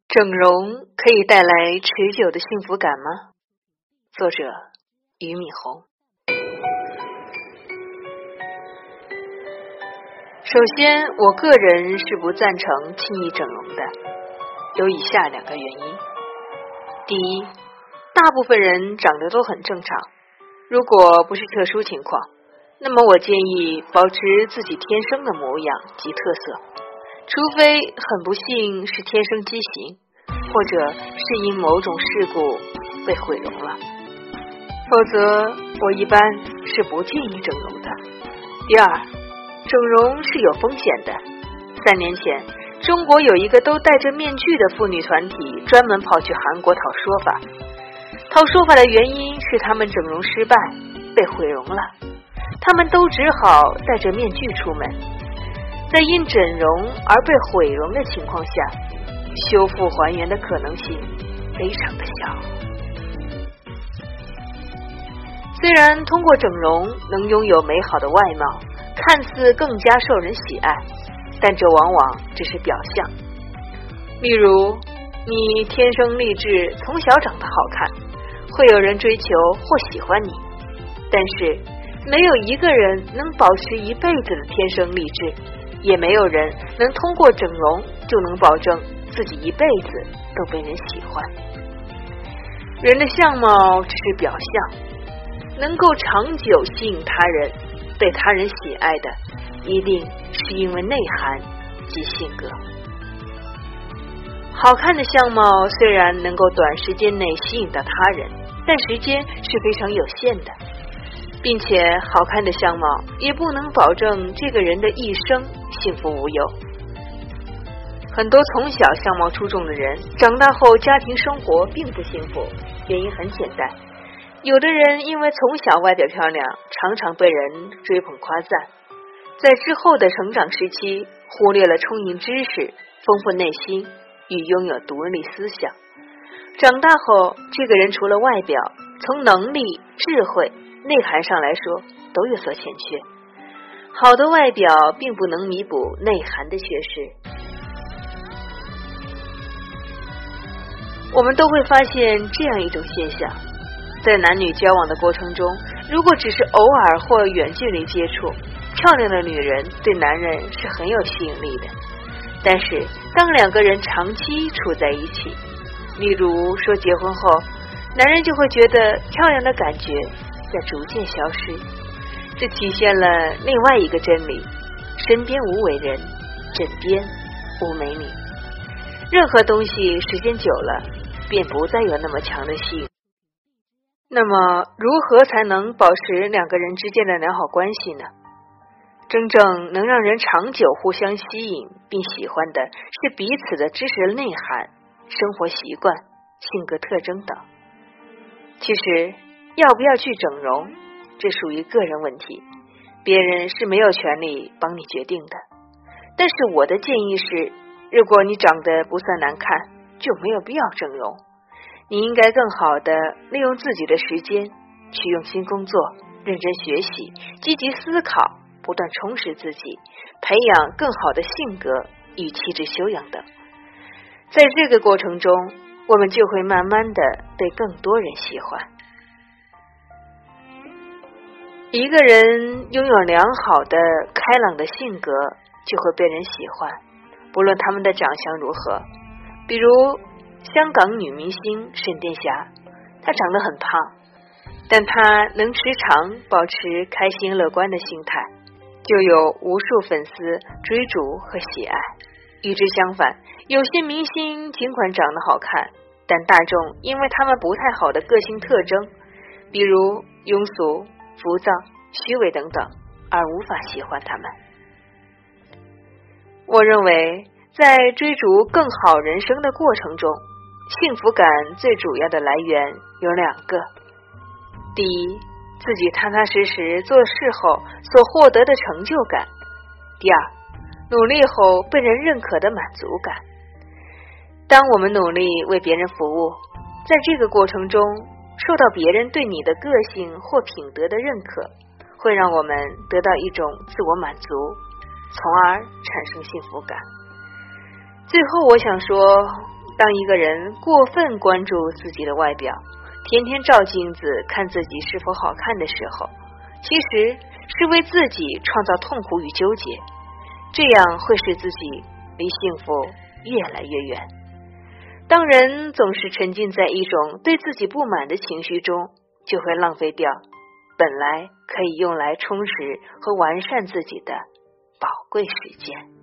整容可以带来持久的幸福感吗？作者俞敏洪。首先，我个人是不赞成轻易整容的，有以下两个原因。第一，大部分人长得都很正常，如果不是特殊情况，那么我建议保持自己天生的模样及特色，除非很不幸是天生畸形，或者是因某种事故被毁容了，否则我一般是不建议整容的。第二，整容是有风险的。3年前，中国有一个都戴着面具的妇女团体专门跑去韩国讨说法。讨说法的原因是他们整容失败，被毁容了，他们都只好戴着面具出门。在因整容而被毁容的情况下，修复还原的可能性非常的小。虽然通过整容能拥有美好的外貌，看似更加受人喜爱，但这往往只是表象。例如，你天生丽质，从小长得好看，会有人追求或喜欢你，但是没有一个人能保持一辈子的天生丽质，也没有人能通过整容就能保证自己一辈子都被人喜欢。人的相貌只是表象，能够长久吸引他人，被他人喜爱的，一定是因为内涵及性格。好看的相貌虽然能够短时间内吸引到他人，但时间是非常有限的，并且好看的相貌也不能保证这个人的一生幸福无忧。很多从小相貌出众的人，长大后家庭生活并不幸福，原因很简单。有的人因为从小外表漂亮，常常被人追捧夸赞，在之后的成长时期忽略了充盈知识、丰富内心与拥有独立思想。长大后，这个人除了外表，从能力、智慧、内涵上来说都有所欠缺。好的外表并不能弥补内涵的缺失。我们都会发现这样一种现象，在男女交往的过程中，如果只是偶尔或远距离接触，漂亮的女人对男人是很有吸引力的。但是当两个人长期处在一起，例如说结婚后，男人就会觉得漂亮的感觉在逐渐消失。这体现了另外一个真理：身边无伟人，枕边无美女。任何东西时间久了便不再有那么强的吸引。那么如何才能保持两个人之间的良好关系呢？真正能让人长久互相吸引并喜欢的是彼此的知识内涵、生活习惯、性格特征等。其实要不要去整容，这属于个人问题，别人是没有权利帮你决定的。但是我的建议是，如果你长得不算难看，就没有必要整容。你应该更好地利用自己的时间，去用心工作，认真学习，积极思考，不断充实自己，培养更好的性格与气质修养等。在这个过程中，我们就会慢慢地被更多人喜欢。一个人拥有良好的开朗的性格，就会被人喜欢，不论他们的长相如何。比如香港女明星沈殿霞，她长得很胖，但她能时常保持开心乐观的心态，就有无数粉丝追逐和喜爱。与之相反，有些明星尽管长得好看，但大众因为他们不太好的个性特征，比如庸俗、浮躁、虚伪等等，而无法喜欢他们。我认为在追逐更好人生的过程中，幸福感最主要的来源有2个。第一，自己踏踏实实做事后所获得的成就感。第二，努力后被人认可的满足感。当我们努力为别人服务，在这个过程中受到别人对你的个性或品德的认可，会让我们得到一种自我满足，从而产生幸福感。最后我想说， 当一个人过分关注自己的外表，天天照镜子看自己是否好看的时候，其实是为自己创造痛苦与纠结，这样会使自己离幸福越来越远。当人总是沉浸在一种对自己不满的情绪中，就会浪费掉本来可以用来充实和完善自己的宝贵时间。